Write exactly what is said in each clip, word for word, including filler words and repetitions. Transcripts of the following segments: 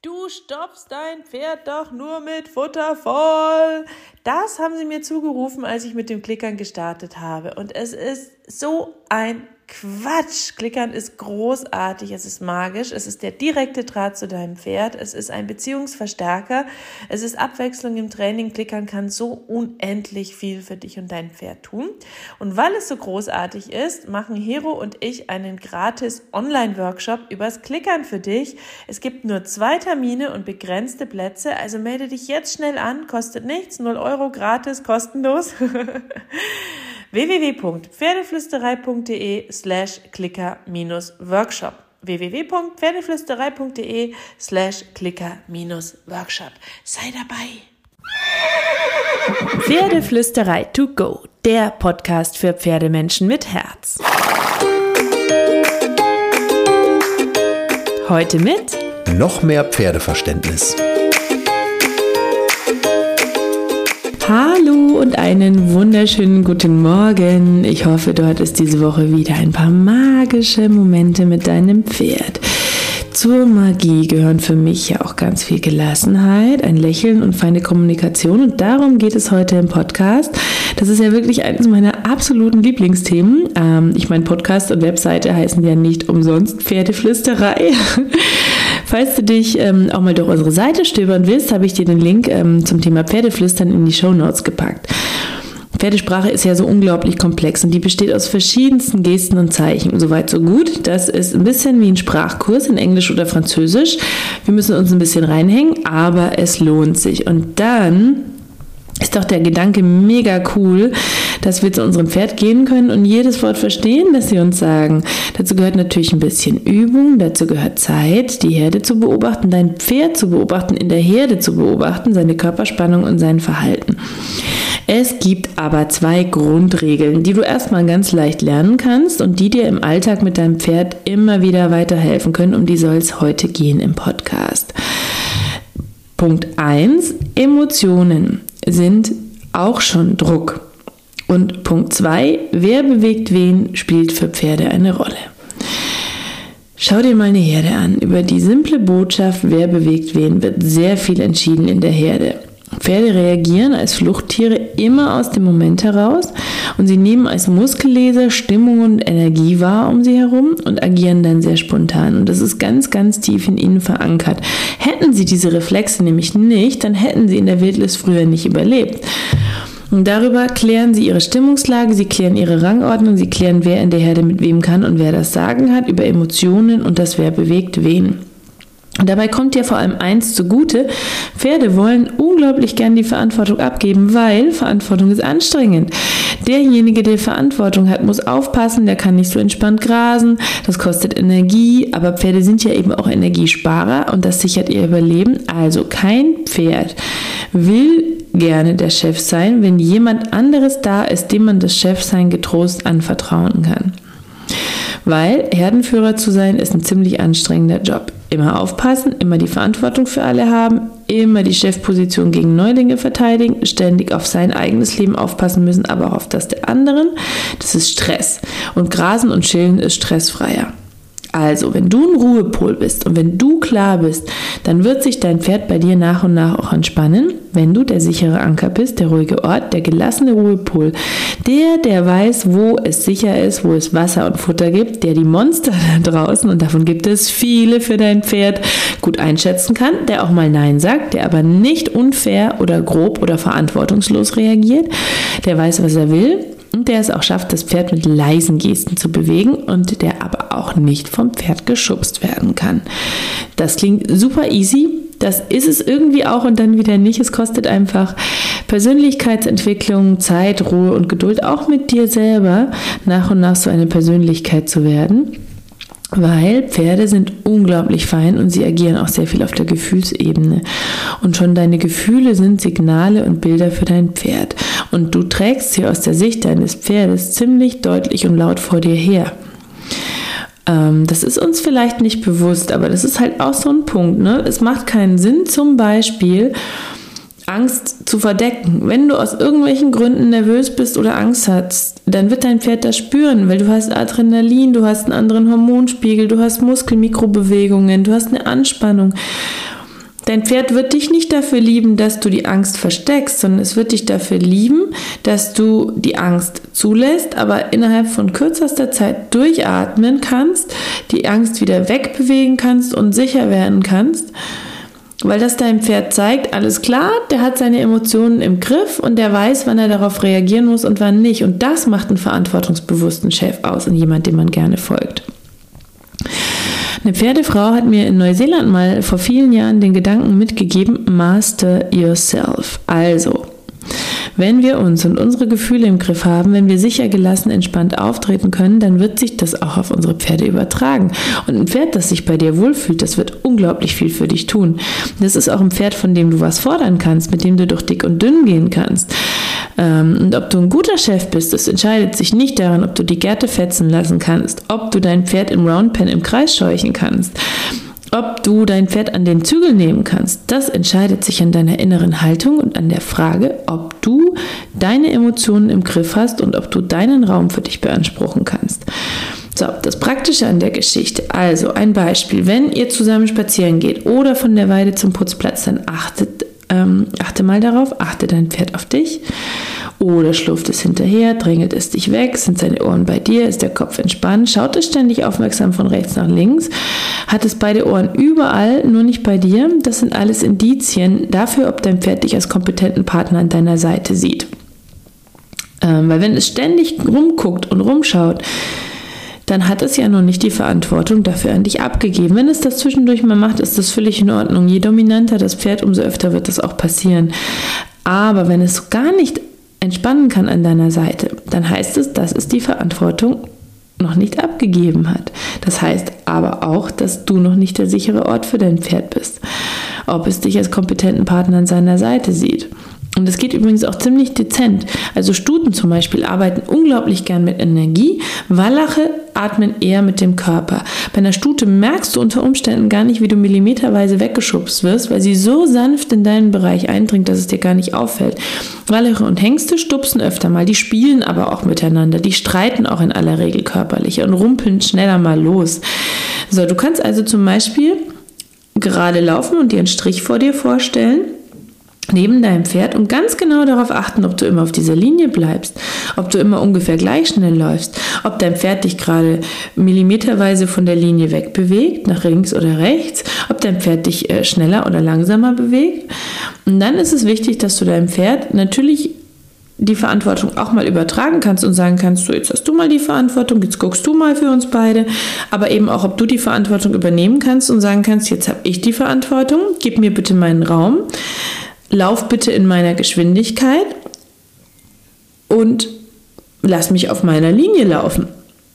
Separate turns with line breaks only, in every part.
Du stopfst dein Pferd doch nur mit Futter voll. Das haben sie mir zugerufen, als ich mit dem Klickern gestartet habe. Und es ist so ein Quatsch. Klickern ist großartig, es ist magisch, es ist der direkte Draht zu deinem Pferd, es ist ein Beziehungsverstärker, es ist Abwechslung im Training. Klickern kann so unendlich viel für dich und dein Pferd tun. Und weil es so großartig ist, machen Hero und ich einen gratis Online-Workshop übers Klickern für dich. Es gibt nur zwei Termine und begrenzte Plätze, also melde dich jetzt schnell an, kostet nichts, null Euro, gratis, kostenlos. w w w punkt pferdeflüsterei punkt d e slash klicker minus workshop w w w punkt pferdeflüsterei punkt d e slash klicker minus workshop. Sei dabei! Pferdeflüsterei to go, der Podcast für Pferdemenschen mit Herz. Heute mit
noch mehr Pferdeverständnis.
Hallo und einen wunderschönen guten Morgen. Ich hoffe, du hattest diese Woche wieder ein paar magische Momente mit deinem Pferd. Zur Magie gehören für mich ja auch ganz viel Gelassenheit, ein Lächeln und feine Kommunikation. Und darum geht es heute im Podcast. Das ist ja wirklich eines meiner absoluten Lieblingsthemen. Ähm, ich meine, Podcast und Webseite heißen ja nicht umsonst Pferdeflüsterei. Falls du dich ähm, auch mal durch unsere Seite stöbern willst, habe ich dir den Link ähm, zum Thema Pferdeflüstern in die Shownotes gepackt. Pferdesprache ist ja so unglaublich komplex und die besteht aus verschiedensten Gesten und Zeichen. Soweit so gut. Das ist ein bisschen wie ein Sprachkurs in Englisch oder Französisch. Wir müssen uns ein bisschen reinhängen, aber es lohnt sich. Und dann ist doch der Gedanke mega cool, dass wir zu unserem Pferd gehen können und jedes Wort verstehen, das sie uns sagen. Dazu gehört natürlich ein bisschen Übung, dazu gehört Zeit, die Herde zu beobachten, dein Pferd zu beobachten, in der Herde zu beobachten, seine Körperspannung und sein Verhalten. Es gibt aber zwei Grundregeln, die du erstmal ganz leicht lernen kannst und die dir im Alltag mit deinem Pferd immer wieder weiterhelfen können. Um die soll es heute gehen im Podcast. Punkt eins. Emotionen sind auch schon Druck. Und Punkt zwei, wer bewegt wen, spielt für Pferde eine Rolle. Schau dir mal eine Herde an. Über die simple Botschaft, wer bewegt wen, wird sehr viel entschieden in der Herde. Pferde reagieren als Fluchttiere immer aus dem Moment heraus und sie nehmen als Muskelleser Stimmung und Energie wahr um sie herum und agieren dann sehr spontan. Und das ist ganz, ganz tief in ihnen verankert. Hätten sie diese Reflexe nämlich nicht, dann hätten sie in der Wildnis früher nicht überlebt. Und darüber klären sie ihre Stimmungslage, sie klären ihre Rangordnung, sie klären, wer in der Herde mit wem kann und wer das Sagen hat, über Emotionen und das, wer bewegt wen. Und dabei kommt dir vor allem eins zugute: Pferde wollen unglaublich gern die Verantwortung abgeben, weil Verantwortung ist anstrengend. Derjenige, der Verantwortung hat, muss aufpassen, der kann nicht so entspannt grasen, das kostet Energie, aber Pferde sind ja eben auch Energiesparer und das sichert ihr Überleben. Also kein Pferd will gerne der Chef sein, wenn jemand anderes da ist, dem man das Chefsein getrost anvertrauen kann. Weil Herdenführer zu sein ist ein ziemlich anstrengender Job. Immer aufpassen, immer die Verantwortung für alle haben, immer die Chefposition gegen Neulinge verteidigen, ständig auf sein eigenes Leben aufpassen müssen, aber auch auf das der anderen. Das ist Stress. Und Grasen und Chillen ist stressfreier. Also, wenn du ein Ruhepol bist und wenn du klar bist, dann wird sich dein Pferd bei dir nach und nach auch entspannen, wenn du der sichere Anker bist, der ruhige Ort, der gelassene Ruhepol, der, der weiß, wo es sicher ist, wo es Wasser und Futter gibt, der die Monster da draußen, und davon gibt es viele für dein Pferd, gut einschätzen kann, der auch mal Nein sagt, der aber nicht unfair oder grob oder verantwortungslos reagiert, der weiß, was er will. Und der es auch schafft, das Pferd mit leisen Gesten zu bewegen und der aber auch nicht vom Pferd geschubst werden kann. Das klingt super easy, das ist es irgendwie auch und dann wieder nicht. Es kostet einfach Persönlichkeitsentwicklung, Zeit, Ruhe und Geduld, auch mit dir selber nach und nach so eine Persönlichkeit zu werden. Weil Pferde sind unglaublich fein und sie agieren auch sehr viel auf der Gefühlsebene. Und schon deine Gefühle sind Signale und Bilder für dein Pferd. Und du trägst sie aus der Sicht deines Pferdes ziemlich deutlich und laut vor dir her. Ähm, das ist uns vielleicht nicht bewusst, aber das ist halt auch so ein Punkt, ne? Es macht keinen Sinn, zum Beispiel Angst zu verdecken. Wenn du aus irgendwelchen Gründen nervös bist oder Angst hast, dann wird dein Pferd das spüren, weil du hast Adrenalin, du hast einen anderen Hormonspiegel, du hast Muskelmikrobewegungen, du hast eine Anspannung. Dein Pferd wird dich nicht dafür lieben, dass du die Angst versteckst, sondern es wird dich dafür lieben, dass du die Angst zulässt, aber innerhalb von kürzester Zeit durchatmen kannst, die Angst wieder wegbewegen kannst und sicher werden kannst, weil das deinem Pferd zeigt, alles klar, der hat seine Emotionen im Griff und der weiß, wann er darauf reagieren muss und wann nicht. Und das macht einen verantwortungsbewussten Chef aus und jemand, dem man gerne folgt. Eine Pferdefrau hat mir in Neuseeland mal vor vielen Jahren den Gedanken mitgegeben, master yourself. Also, wenn wir uns und unsere Gefühle im Griff haben, wenn wir sicher, gelassen, entspannt auftreten können, dann wird sich das auch auf unsere Pferde übertragen. Und ein Pferd, das sich bei dir wohlfühlt, das wird unglaublich viel für dich tun. Das ist auch ein Pferd, von dem du was fordern kannst, mit dem du durch dick und dünn gehen kannst. Und ob du ein guter Chef bist, das entscheidet sich nicht daran, ob du die Gerte fetzen lassen kannst, ob du dein Pferd im Roundpen im Kreis scheuchen kannst, ob du dein Pferd an den Zügel nehmen kannst. Das entscheidet sich an deiner inneren Haltung und an der Frage, ob du deine Emotionen im Griff hast und ob du deinen Raum für dich beanspruchen kannst. So, das Praktische an der Geschichte. Also ein Beispiel, wenn ihr zusammen spazieren geht oder von der Weide zum Putzplatz, dann achtet Ähm, achte mal darauf, achte dein Pferd auf dich oder schlurft es hinterher, drängelt es dich weg, sind seine Ohren bei dir, ist der Kopf entspannt, schaut es ständig aufmerksam von rechts nach links, hat es beide Ohren überall, nur nicht bei dir. Das sind alles Indizien dafür, ob dein Pferd dich als kompetenten Partner an deiner Seite sieht. Ähm, weil wenn es ständig rumguckt und rumschaut, dann hat es ja noch nicht die Verantwortung dafür an dich abgegeben. Wenn es das zwischendurch mal macht, ist das völlig in Ordnung. Je dominanter das Pferd, umso öfter wird das auch passieren. Aber wenn es gar nicht entspannen kann an deiner Seite, dann heißt es, dass es die Verantwortung noch nicht abgegeben hat. Das heißt aber auch, dass du noch nicht der sichere Ort für dein Pferd bist. Ob es dich als kompetenten Partner an seiner Seite sieht. Und das geht übrigens auch ziemlich dezent. Also Stuten zum Beispiel arbeiten unglaublich gern mit Energie, Wallache atmen eher mit dem Körper. Bei einer Stute merkst du unter Umständen gar nicht, wie du millimeterweise weggeschubst wirst, weil sie so sanft in deinen Bereich eindringt, dass es dir gar nicht auffällt. Wallache und Hengste stupsen öfter mal, die spielen aber auch miteinander, die streiten auch in aller Regel körperlich und rumpeln schneller mal los. So, du kannst also zum Beispiel gerade laufen und dir einen Strich vor dir vorstellen, neben deinem Pferd und ganz genau darauf achten, ob du immer auf dieser Linie bleibst, ob du immer ungefähr gleich schnell läufst, ob dein Pferd dich gerade millimeterweise von der Linie wegbewegt, nach links oder rechts, ob dein Pferd dich äh, schneller oder langsamer bewegt. Und dann ist es wichtig, dass du deinem Pferd natürlich die Verantwortung auch mal übertragen kannst und sagen kannst, so, jetzt hast du mal die Verantwortung, jetzt guckst du mal für uns beide, aber eben auch, ob du die Verantwortung übernehmen kannst und sagen kannst, jetzt habe ich die Verantwortung, gib mir bitte meinen Raum, lauf bitte in meiner Geschwindigkeit und lass mich auf meiner Linie laufen.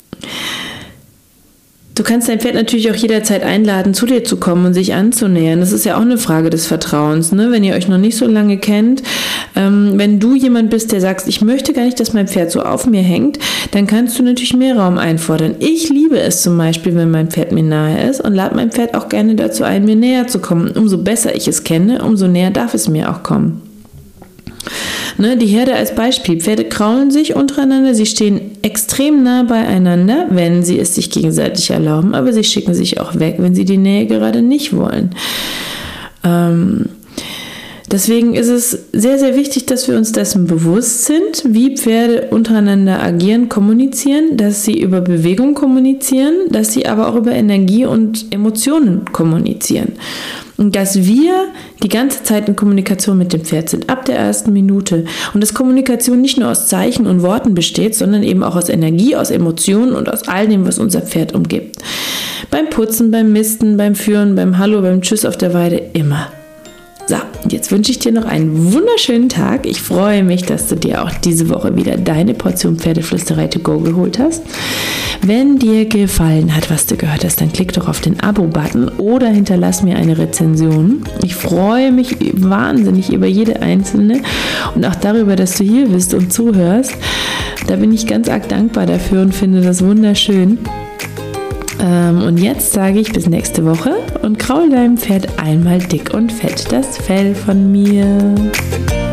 Du kannst dein Pferd natürlich auch jederzeit einladen, zu dir zu kommen und sich anzunähern. Das ist ja auch eine Frage des Vertrauens, ne? Wenn ihr euch noch nicht so lange kennt, ähm, wenn du jemand bist, der sagt, ich möchte gar nicht, dass mein Pferd so auf mir hängt, dann kannst du natürlich mehr Raum einfordern. Ich liebe es zum Beispiel, wenn mein Pferd mir nahe ist und lade mein Pferd auch gerne dazu ein, mir näher zu kommen. Umso besser ich es kenne, umso näher darf es mir auch kommen. Ne, die Herde als Beispiel. Pferde kraulen sich untereinander, sie stehen extrem nah beieinander, wenn sie es sich gegenseitig erlauben, aber sie schicken sich auch weg, wenn sie die Nähe gerade nicht wollen. Ähm, deswegen ist es sehr, sehr wichtig, dass wir uns dessen bewusst sind, wie Pferde untereinander agieren, kommunizieren, dass sie über Bewegung kommunizieren, dass sie aber auch über Energie und Emotionen kommunizieren. Und dass wir die ganze Zeit in Kommunikation mit dem Pferd sind, ab der ersten Minute. Und dass Kommunikation nicht nur aus Zeichen und Worten besteht, sondern eben auch aus Energie, aus Emotionen und aus all dem, was unser Pferd umgibt. Beim Putzen, beim Misten, beim Führen, beim Hallo, beim Tschüss auf der Weide, immer. So, und jetzt wünsche ich dir noch einen wunderschönen Tag. Ich freue mich, dass du dir auch diese Woche wieder deine Portion Pferdeflüsterei to go geholt hast. Wenn dir gefallen hat, was du gehört hast, dann klick doch auf den Abo-Button oder hinterlass mir eine Rezension. Ich freue mich wahnsinnig über jede einzelne und auch darüber, dass du hier bist und zuhörst. Da bin ich ganz arg dankbar dafür und finde das wunderschön. Ähm, und jetzt sage ich bis nächste Woche und kraul deinem Pferd einmal dick und fett das Fell von mir.